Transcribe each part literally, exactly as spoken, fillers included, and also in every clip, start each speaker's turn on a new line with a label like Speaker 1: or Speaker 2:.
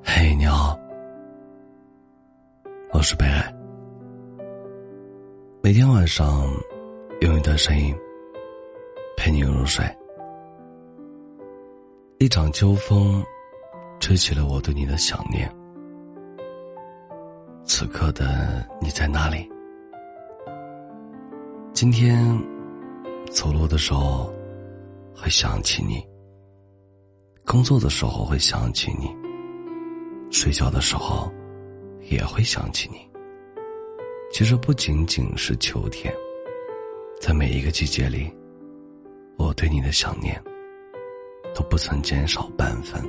Speaker 1: 嘿，你好，我是北海。每天晚上用一段声音陪你入睡。一场秋风吹起了我对你的想念。此刻的你在哪里？今天走路的时候会想起你，工作的时候会想起你，睡觉的时候也会想起你。其实不仅仅是秋天，在每一个季节里，我对你的想念都不曾减少半分。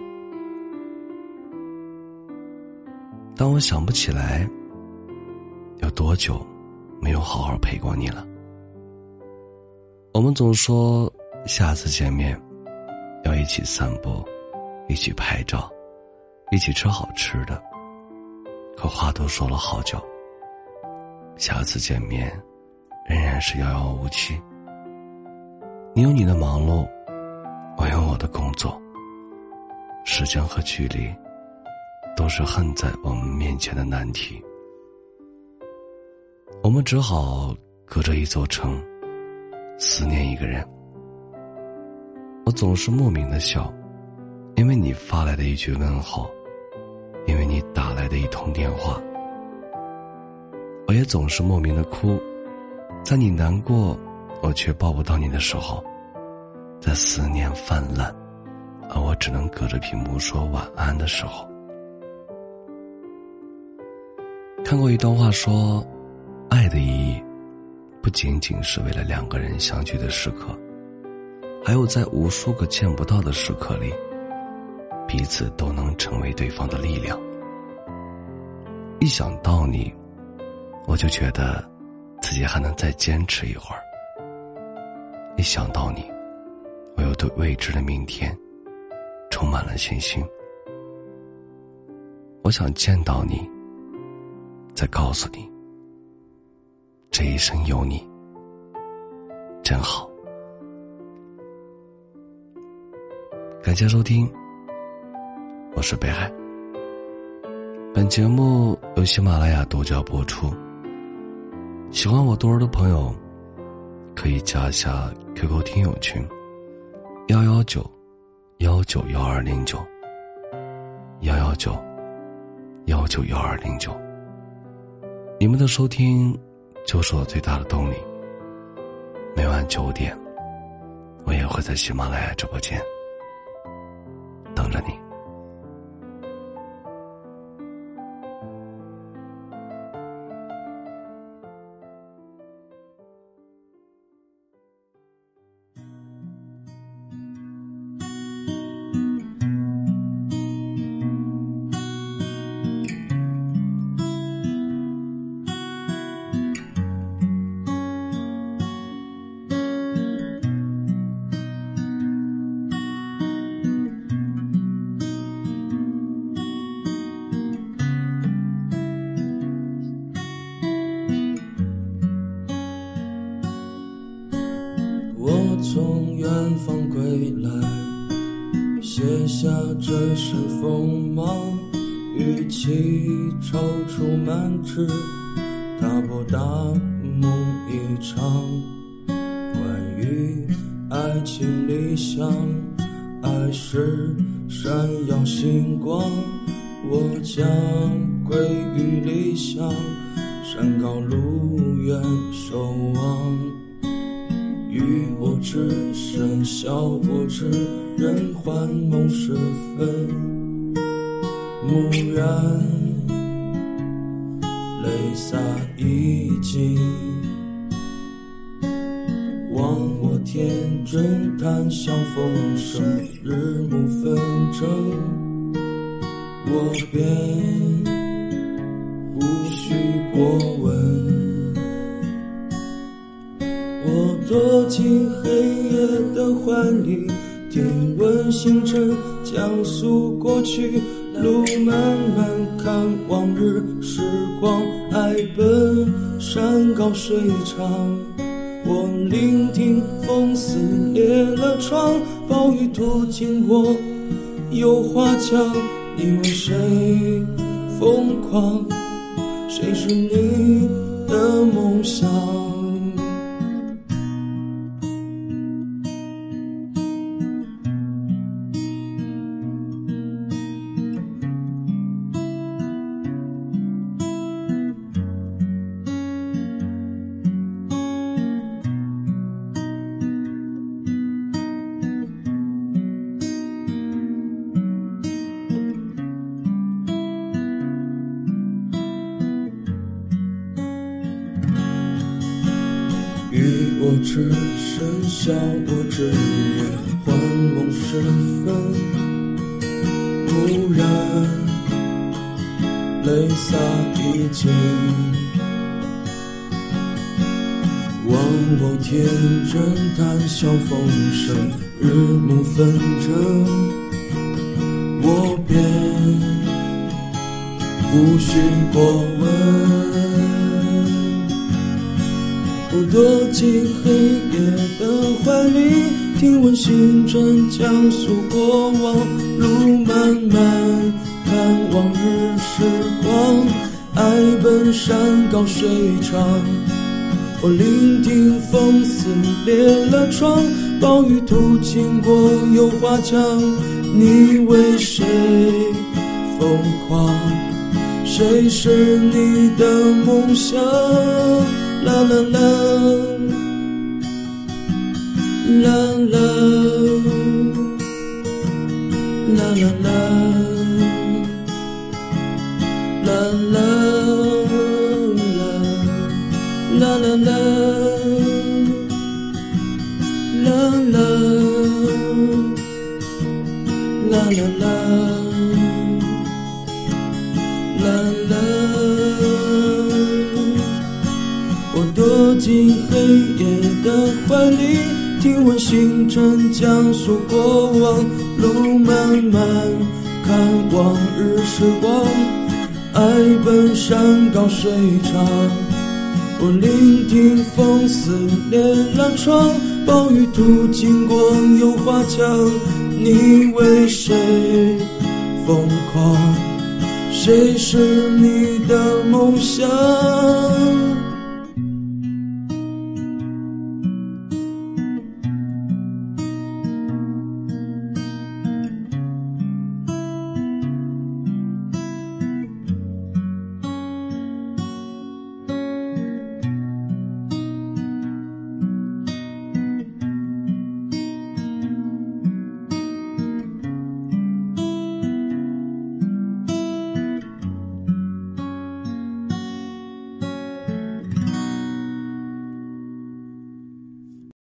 Speaker 1: 当我想不起来有多久没有好好陪过你了。我们总说下次见面要一起散步，一起拍照，一起吃好吃的，可话都说了好久，下次见面仍然是遥遥无期。你有你的忙碌，我有我的工作，时间和距离都是横在我们面前的难题。我们只好隔着一座城思念一个人。我总是莫名的笑，因为你发来的一句问候，因为你打来的一通电话。我也总是莫名的哭，在你难过我却抱不到你的时候，在思念泛滥而我只能隔着屏幕说晚安的时候。看过一段话说，爱的意义不仅仅是为了两个人相聚的时刻，还有在无数个见不到的时刻里，彼此都能成为对方的力量。一想到你，我就觉得自己还能再坚持一会儿。一想到你，我又对未知的明天充满了信心。我想见到你，再告诉你，这一生有你真好。感谢收听，我是北海。本节目由喜马拉雅独家播出。喜欢我多儿的朋友可以加下 Q Q 听友群幺幺九幺九幺二零九幺幺九幺九幺二零九。你们的收听就是我最大的动力。每晚九点，我也会在喜马拉雅直播间等着你。
Speaker 2: 我从远方归来，卸下这身锋芒，语气踌躇满志，大破大梦一场。关于爱情理想，爱是闪耀星光，我将归于理想，山高路远守望。与我只剩笑我知人幻梦时分，蓦然泪洒衣襟，望我天真谈笑风生，日暮纷争，我便无需过问。我躲进黑夜的怀里，听闻星辰讲述过去，路漫漫看往日时光，爱奔山高水长。我聆听风撕裂了窗，暴雨途经过有花墙， 你为谁疯狂？谁是你的梦想？与我只剩下我日夜幻梦时分，突然泪洒衣襟，望望天真谈笑风生，日暮纷争，我便无需过问。我躲进黑夜的怀里，听闻星辰讲述过往，路漫漫，看往日时光，爱奔山高水长。我聆听风撕裂了窗，暴雨途经过有花墙，你为谁疯狂？谁是你的梦想？啦啦啦，啦啦，啦啦啦，啦啦啦，啦啦啦，啦啦，啦啦啦，啦啦。我躲进黑夜的怀里，听闻星辰讲述过往，路漫漫，看往日时光，爱奔山高水长。我聆听风撕裂了窗，暴雨途经过有花墙，你为谁疯狂？谁是你的梦想？